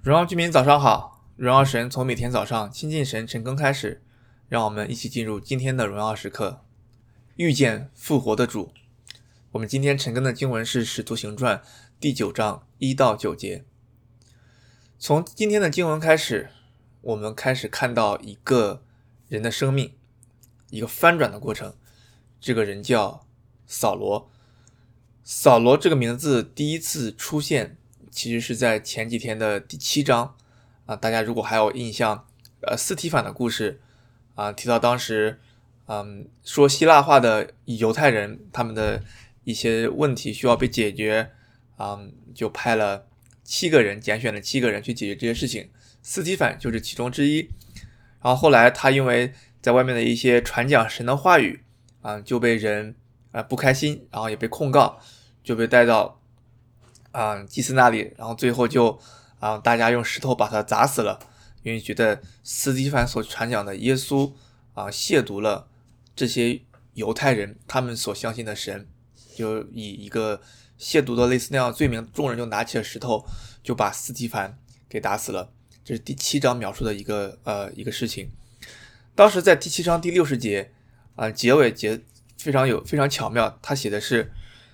荣耀居民早上好，荣耀神从每天早上亲近神晨更开始，让我们一起进入今天的荣耀时刻，遇见复活的主。我们今天晨更的经文是使徒行传第9章1到9节。从今天的经文开始，我们开始看到一个人的生命，一个翻转的过程。这个人叫扫罗。扫罗这个名字第一次出现其实是在前几天的第7章大家如果还有印象斯提反的故事提到当时说希腊话的犹太人他们的一些问题需要被解决就派了7个人，拣选了7个人去解决这些事情，斯提反就是其中之一。然后后来他因为在外面的一些传讲神的话语就被人不开心，然后也被控告，就被带到祭司那里，然后最后就大家用石头把他砸死了，因为觉得斯提反所传讲的耶稣亵渎了这些犹太人他们所相信的神，就以一个亵渎的类似那样的罪名，众人就拿起了石头就把斯提反给打死了。这是第7章描述的一个事情。当时在第7章第60节结尾非常巧妙，他写的是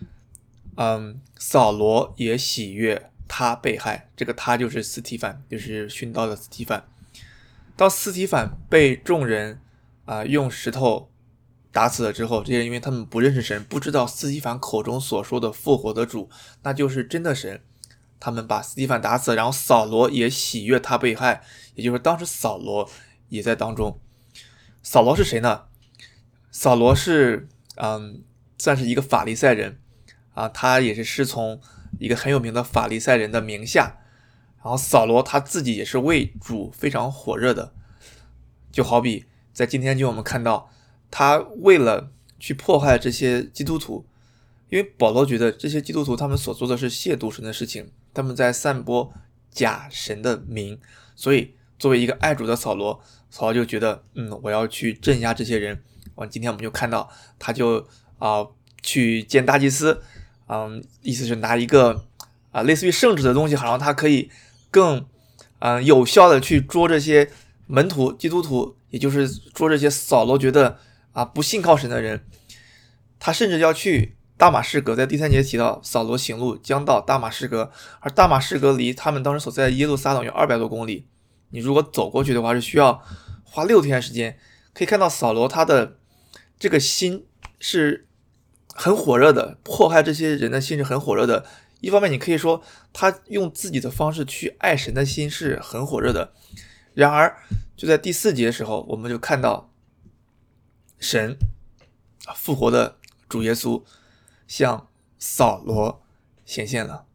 扫罗也喜悦他被害，这个他就是斯提反，就是殉道的斯提反。当斯提反被众人用石头打死了之后，这些人因为他们不认识神，不知道斯提反口中所说的复活的主那就是真的神，他们把斯提反打死了，然后扫罗也喜悦他被害，也就是当时扫罗也在当中。扫罗是谁呢？扫罗是算是一个法利赛人他也是师从一个很有名的法利赛人的名下。然后扫罗他自己也是为主非常火热的，就好比在今天就我们看到他为了去迫害这些基督徒，因为保罗觉得这些基督徒他们所做的是亵渎神的事情，他们在散播假神的名，所以作为一个爱主的扫罗就觉得我要去镇压这些人。今天我们就看到他就去见大祭司意思是拿一个类似于圣旨的东西，好让他可以更有效的去捉这些门徒基督徒，也就是捉这些扫罗觉得不信靠神的人。他甚至要去大马士革，在第3节提到扫罗行路将到大马士革，而大马士革离他们当时所在的耶路撒冷有200多公里，你如果走过去的话是需要花6天时间。可以看到扫罗他的这个心是很火热的，迫害这些人的心是很火热的。一方面你可以说他用自己的方式去爱神的心是很火热的，然而就在第4节的时候，我们就看到神复活的主耶稣向扫罗显现了。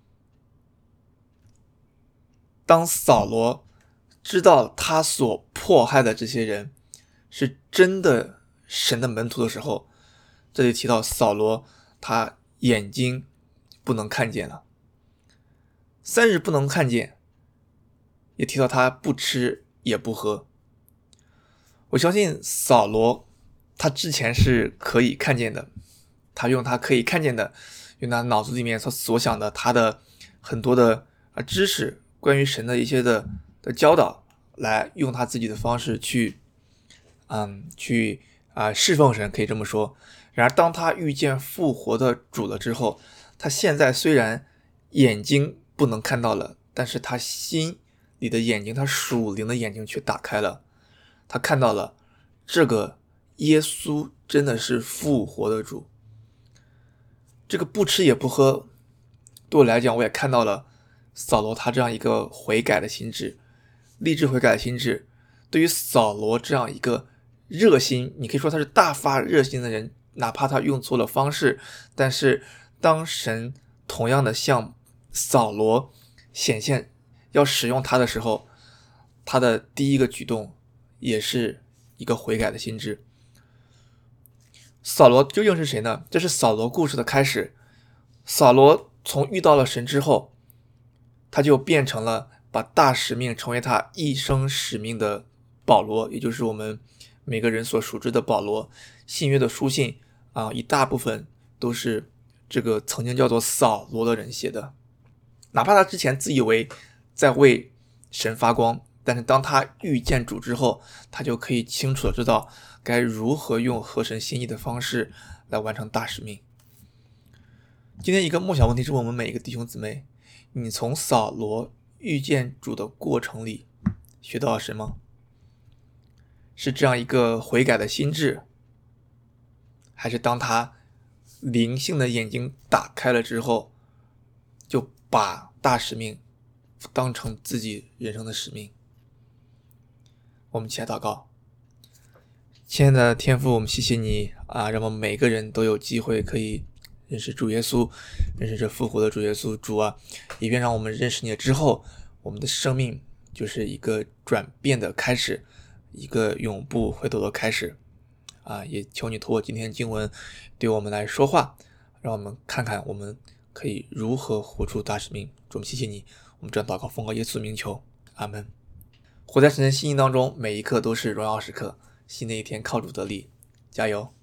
当扫罗知道他所迫害的这些人是真的神的门徒的时候，这里提到扫罗他眼睛不能看见了，3日不能看见，也提到他不吃也不喝。我相信扫罗他之前是可以看见的，他用他可以看见的，用他脑子里面所想的他的很多的知识，关于神的一些的教导，来用他自己的方式去侍奉神，可以这么说。然而当他遇见复活的主了之后，他现在虽然眼睛不能看到了，但是他心里的眼睛，他属灵的眼睛却打开了，他看到了这个耶稣真的是复活的主。这个不吃也不喝，对我来讲我也看到了扫罗他这样一个悔改的心智，立志悔改的心智。对于扫罗这样一个热心，你可以说他是大发热心的人，哪怕他用错了方式，但是当神同样的向扫罗显现要使用他的时候，他的第一个举动也是一个悔改的心智。扫罗究竟是谁呢？这是扫罗故事的开始。扫罗从遇到了神之后，他就变成了把大使命成为他一生使命的保罗，也就是我们每个人所熟知的保罗。信约的书信一大部分都是这个曾经叫做扫罗的人写的，哪怕他之前自以为在为神发光，但是当他遇见主之后，他就可以清楚的知道该如何用合神心意的方式来完成大使命。今天一个梦想问题是我们每一个弟兄姊妹，你从扫罗遇见主的过程里学到了什么？是这样一个悔改的心智，还是当他灵性的眼睛打开了之后，就把大使命当成自己人生的使命？我们一起来祷告。亲爱的天父，我们谢谢你让我们每个人都有机会可以认识主耶稣，认识这复活的主耶稣。主啊，以便让我们认识你了之后，我们的生命就是一个转变的开始，一个永不回头的开始也求你透过今天经文对我们来说话，让我们看看我们可以如何活出大使命。主，我们谢谢你，我们这样祷告奉靠耶稣名求，阿们。活在神的心意当中，每一刻都是荣耀时刻。新的一天靠主得力，加油！